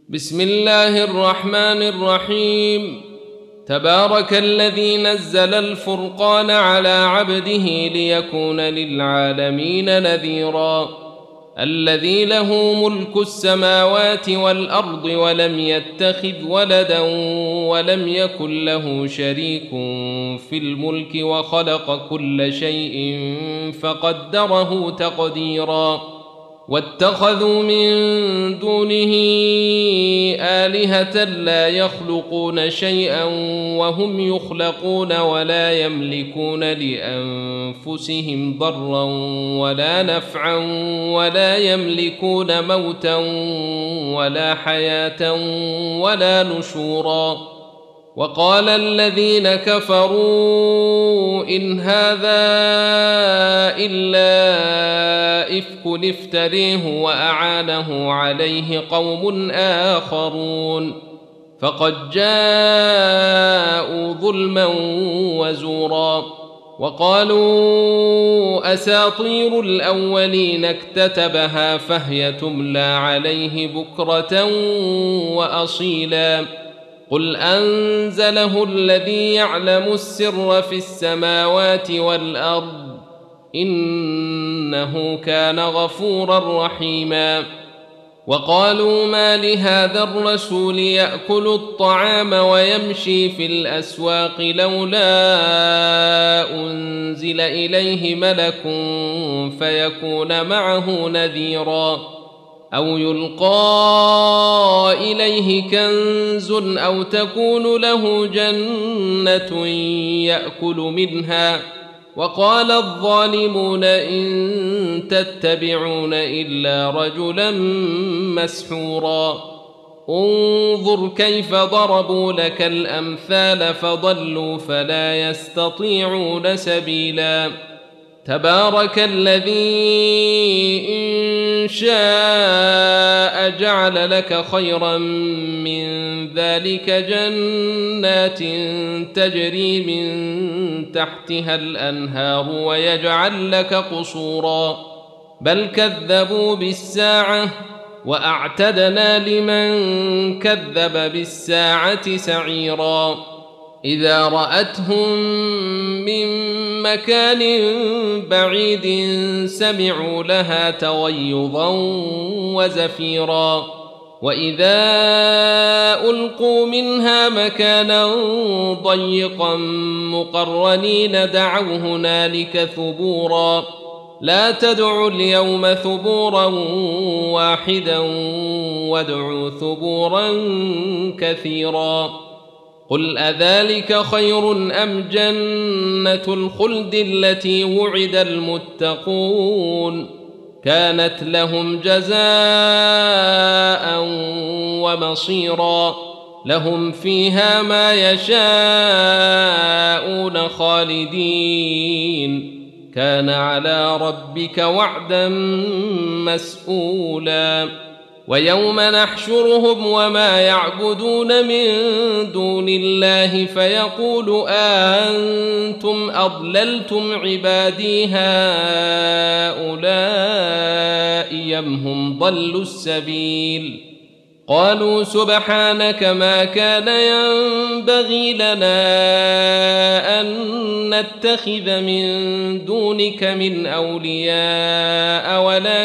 بسم الله الرحمن الرحيم. تبارك الذي نزل الفرقان على عبده ليكون للعالمين نذيرا. الذي له ملك السماوات والأرض ولم يتخذ ولدا ولم يكن له شريك في الملك وخلق كل شيء فقدره تقديرا. واتخذوا من دونه آلهة لا يخلقون شيئا وهم يخلقون ولا يملكون لأنفسهم ضرا ولا نفعا ولا يملكون موتا ولا حياة ولا نشورا. وقال الذين كفروا إن هذا إلا إفك افتريه وأعانه عليه قوم آخرون فقد جاءوا ظلما وزورا. وقالوا أساطير الأولين اكتتبها فهي تملى عليه بكرة وأصيلا. قل أنزله الذي يعلم السر في السماوات والأرض إنه كان غفورا رحيما. وقالوا ما لهذا الرسول يأكل الطعام ويمشي في الأسواق لولا أنزل إليه ملك فيكون معه نذيرا أو يلقى إليه كنز أو تكون له جنة يأكل منها. وقال الظالمون إن تتبعون إلا رجلا مسحورا. انظر كيف ضربوا لك الأمثال فضلوا فلا يستطيعون سبيلا. تبارك الذي إن شاء جعل لك خيرا من ذلك جنات تجري من تحتها الأنهار ويجعل لك قصورا بل كذبوا بالساعة وأعتدنا لمن كذب بالساعة سعيرا. إذا رأتهم من مكان بعيد سمعوا لها تغيظا وزفيرا. وإذا ألقوا منها مكانا ضيقا مقرنين دعوا هنالك ثبورا. لا تدعوا اليوم ثبورا واحدا وادعوا ثبورا كثيرا. قل أذلك خير أم جنة الخلد التي وعد المتقون كانت لهم جزاء ومصيرا. لهم فيها ما يشاءون خالدين كان على ربك وعدا مسئولا. ويوم نحشرهم وما يعبدون من دون الله فيقول أنتم أضللتم عبادي هؤلاء أم هم ضلوا السبيل. قالوا سبحانك ما كان ينبغي لنا أن نتخذ من دونك من أولياء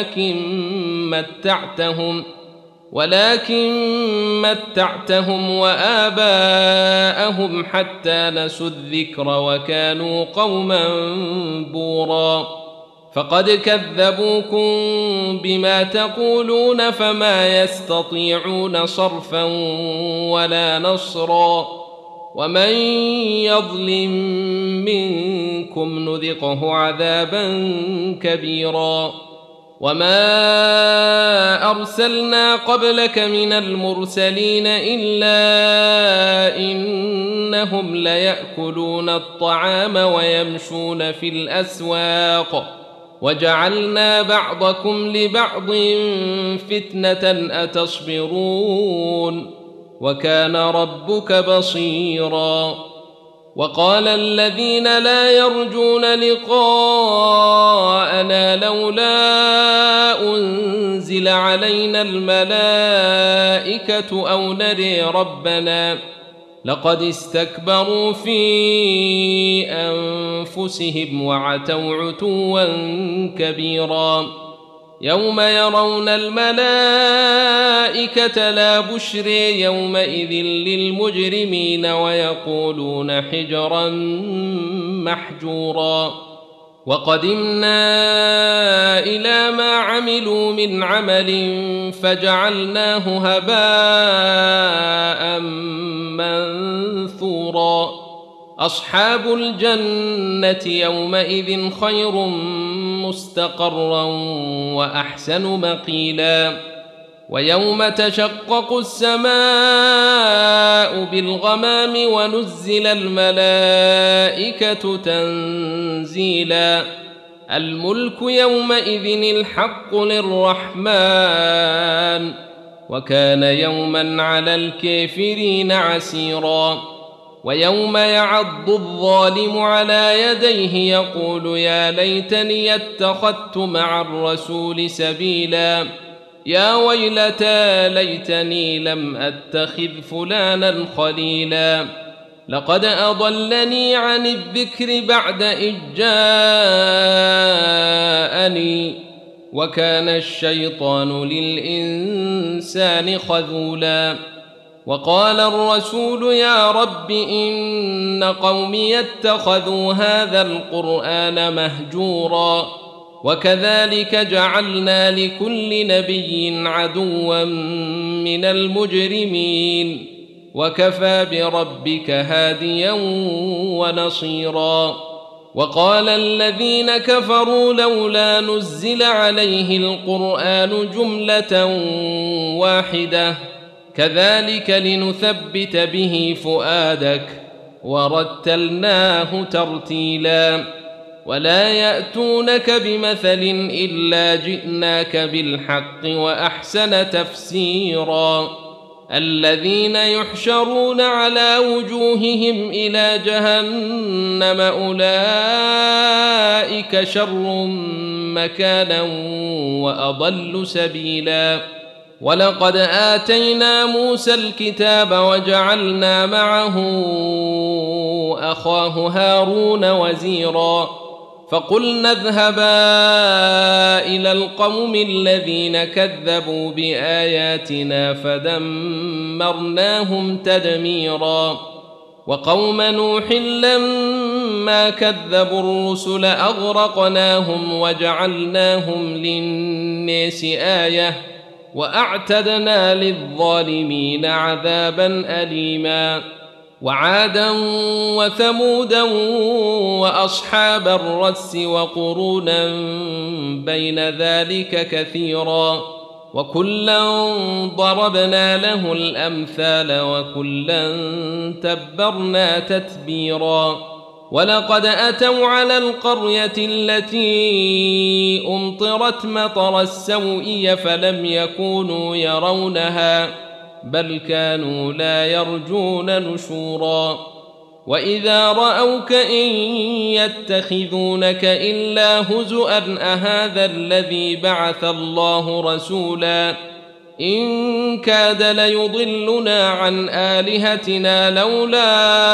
ولكن متعتهم وآباءهم حتى نسوا الذكر وكانوا قوما بورا. فقد كذبوكم بما تقولون فما يستطيعون صرفا ولا نصرا. ومن يظلم منكم نذقه عذابا كبيرا. وما أرسلنا قبلك من المرسلين إلا إنهم ليأكلون الطعام ويمشون في الأسواق وجعلنا بعضكم لبعض فتنة أتصبرون وكان ربك بصيرا. وقال الذين لا يرجون لقاءنا لولا أنزل علينا الملائكة أو نري ربنا لقد استكبروا في أنفسهم وعتوا عتوا كبيرا يوم يرون الملائكة لا بشر يومئذ للمجرمين ويقولون حجرا محجورا وقدمنا إلى ما عملوا من عمل فجعلناه هباء منثورا أصحاب الجنة يومئذ خير مستقرا وأحسن مقيلا ويوم تشقق السماء بالغمام ونزل الملائكة تنزيلا الملك يومئذ الحق للرحمن وكان يوما على الكافرين عسيرا ويوم يعض الظالم على يديه يقول يا ليتني اتخذت مع الرسول سبيلا يا ويلتى ليتني لم أتخذ فلانا خليلا لقد أضلني عن الذكر بعد إذ جاءني وكان الشيطان للإنسان خذولا وقال الرسول يا رب إن قومي اتخذوا هذا القرآن مهجورا وكذلك جعلنا لكل نبي عدوا من المجرمين وكفى بربك هاديا ونصيرا وقال الذين كفروا لولا نزل عليه القرآن جملة واحدة كذلك لنثبت به فؤادك ورتلناه ترتيلا ولا يأتونك بمثل إلا جئناك بالحق وأحسن تفسيرا الذين يحشرون على وجوههم إلى جهنم أولئك شر مكانا وأضل سبيلا ولقد آتينا موسى الكتاب وجعلنا معه أخاه هارون وزيرا فقلنا اذهبا إلى القوم الذين كذبوا بآياتنا فدمرناهم تدميرا وقوم نوح لما كذبوا الرسل أغرقناهم وجعلناهم للناس آية وأعتدنا للظالمين عذابا أليما وعادا وثمودا وأصحاب الرس وقرونا بين ذلك كثيرا وكلا ضربنا له الأمثال وكلا تبرنا تتبيرا ولقد أتوا على القرية التي أمطرت مطر السوء فلم يكونوا يرونها بل كانوا لا يرجون نشورا وإذا رأوك إن يتخذونك إلا هزؤا أهذا الذي بعث الله رسولا إن كاد ليضلنا عن آلهتنا لولا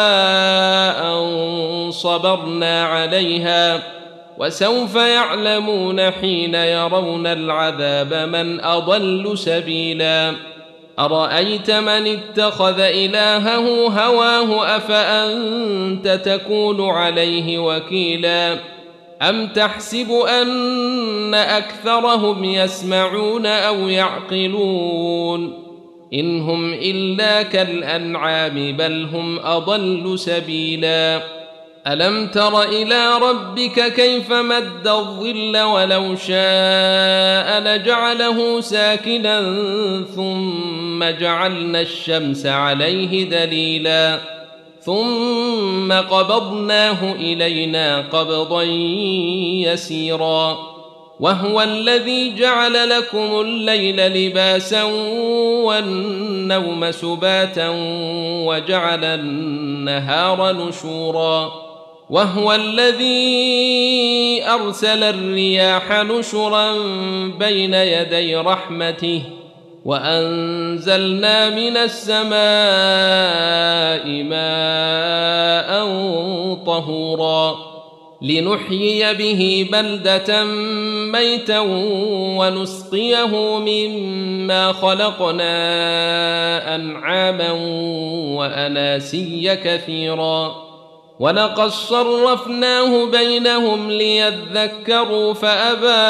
أن صبرنا عليها وسوف يعلمون حين يرون العذاب من أضل سبيلا أرأيت من اتخذ إلهه هواه أفأنت تكون عليه وكيلا أم تحسب أن أكثرهم يسمعون أو يعقلون إن هم إلا كالأنعام بل هم أضل سبيلا ألم تر إلى ربك كيف مد الظل ولو شاء لجعله ساكنا ثم جعلنا الشمس عليه دليلا ثم قبضناه إلينا قبضا يسيرا وهو الذي جعل لكم الليل لباسا والنوم سباتا وجعل النهار نشورا وهو الذي أرسل الرياح نشرا بين يدي رحمته وأنزلنا من السماء ماء طهورا لنحيي به بلدة ميتا ونسقيه مما خلقنا أنعاما وأناسيا كثيرا ولقد صرفناه بينهم ليذكروا فأبى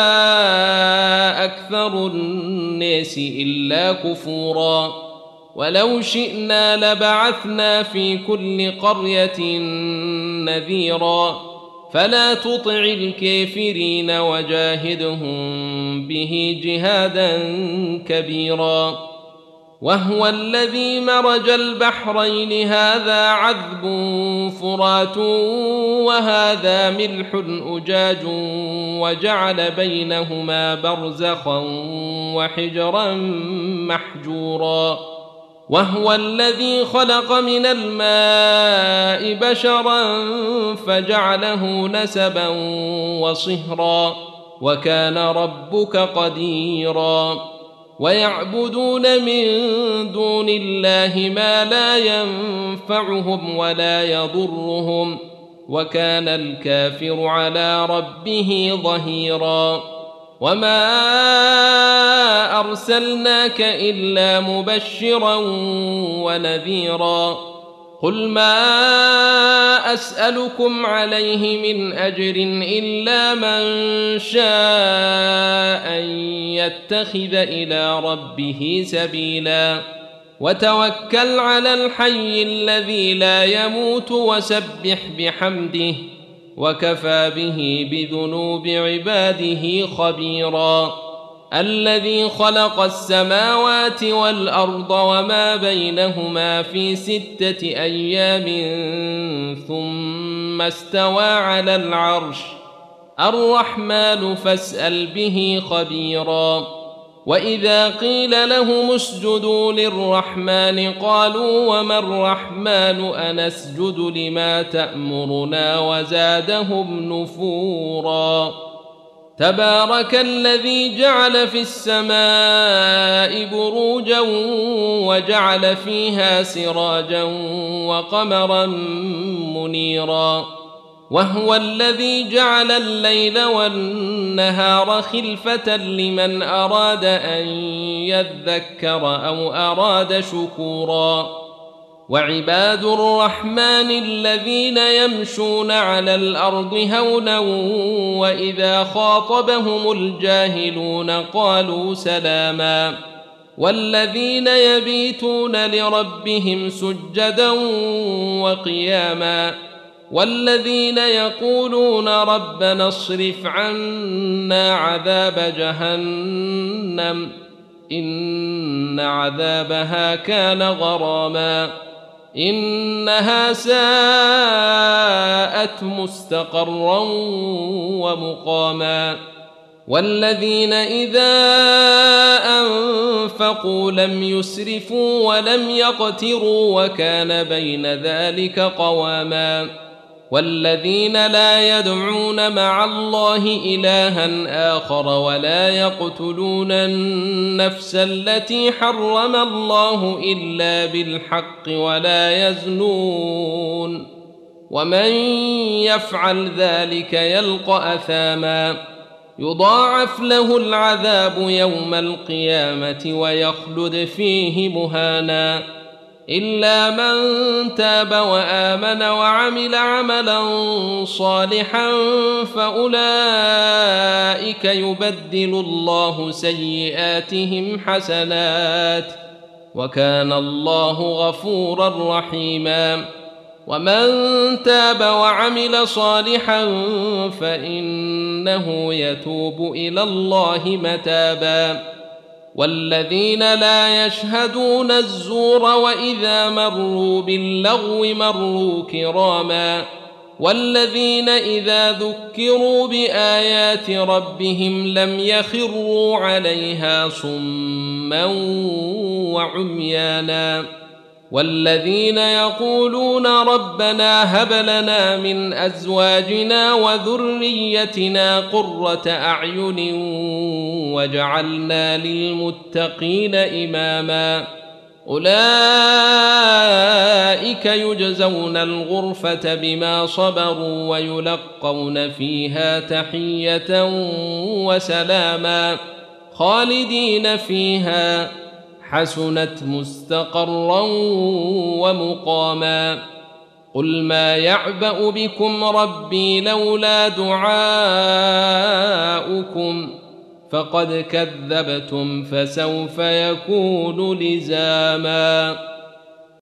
أكثر الناس إلا كفورا ولو شئنا لبعثنا في كل قرية نذيرا فلا تطع الكافرين وجاهدهم به جهادا كبيرا وهو الذي مرج البحرين هذا عذب فرات وهذا ملح أجاج وجعل بينهما برزخا وحجرا محجورا وهو الذي خلق من الماء بشرا فجعله نسبا وصهرا وكان ربك قديرا ويعبدون من دون الله ما لا ينفعهم ولا يضرهم وكان الكافر على ربه ظهيرا وما أرسلناك إلا مبشرا ونذيرا قل ما أسألكم عليه من أجر إلا من شاء أن يتخذ إلى ربه سبيلا وتوكل على الحي الذي لا يموت وسبح بحمده وكفى به بذنوب عباده خبيرا الذي خلق السماوات والأرض وما بينهما في 6 أيام ثم استوى على العرش الرحمن فاسأل به خبيرا وإذا قيل لهم اسجدوا للرحمن قالوا وما الرحمن أنسجد لما تأمرنا وزادهم نفورا تبارك الذي جعل في السماء بروجا وجعل فيها سراجا وقمرا منيرا وهو الذي جعل الليل والنهار خلفة لمن أراد أن يذكر أو أراد شكورا وعباد الرحمن الذين يمشون على الأرض هونا وإذا خاطبهم الجاهلون قالوا سلاما والذين يبيتون لربهم سجدا وقياما والذين يقولون ربنا اصرف عنا عذاب جهنم إن عذابها كان غراما إنها ساءت مستقرا ومقاما والذين إذا أنفقوا لم يسرفوا ولم يقتروا وكان بين ذلك قواما والذين لا يدعون مع الله إلها آخر ولا يقتلون النفس التي حرم الله إلا بالحق ولا يزنون ومن يفعل ذلك يلقى أثاما يضاعف له العذاب يوم القيامة ويخلد فيه مهانا إلا من تاب وآمن وعمل عملا صالحا فأولئك يبدل الله سيئاتهم حسنات وكان الله غفورا رحيما ومن تاب وعمل صالحا فإنه يتوب إلى الله متابا والذين لا يشهدون الزور وإذا مروا باللغو مروا كراما والذين إذا ذكروا بآيات ربهم لم يخروا عليها صما وعميانا والذين يقولون ربنا هب لنا من أزواجنا وذريتنا قرة أعين واجعلنا للمتقين إماما أولئك يجزون الغرفة بما صبروا ويلقون فيها تحية وسلاما خالدين فيها حسنت مستقرا ومقاما قل ما يعبأ بكم ربي لولا دعاؤكم فقد كذبتم فسوف يكون لزاما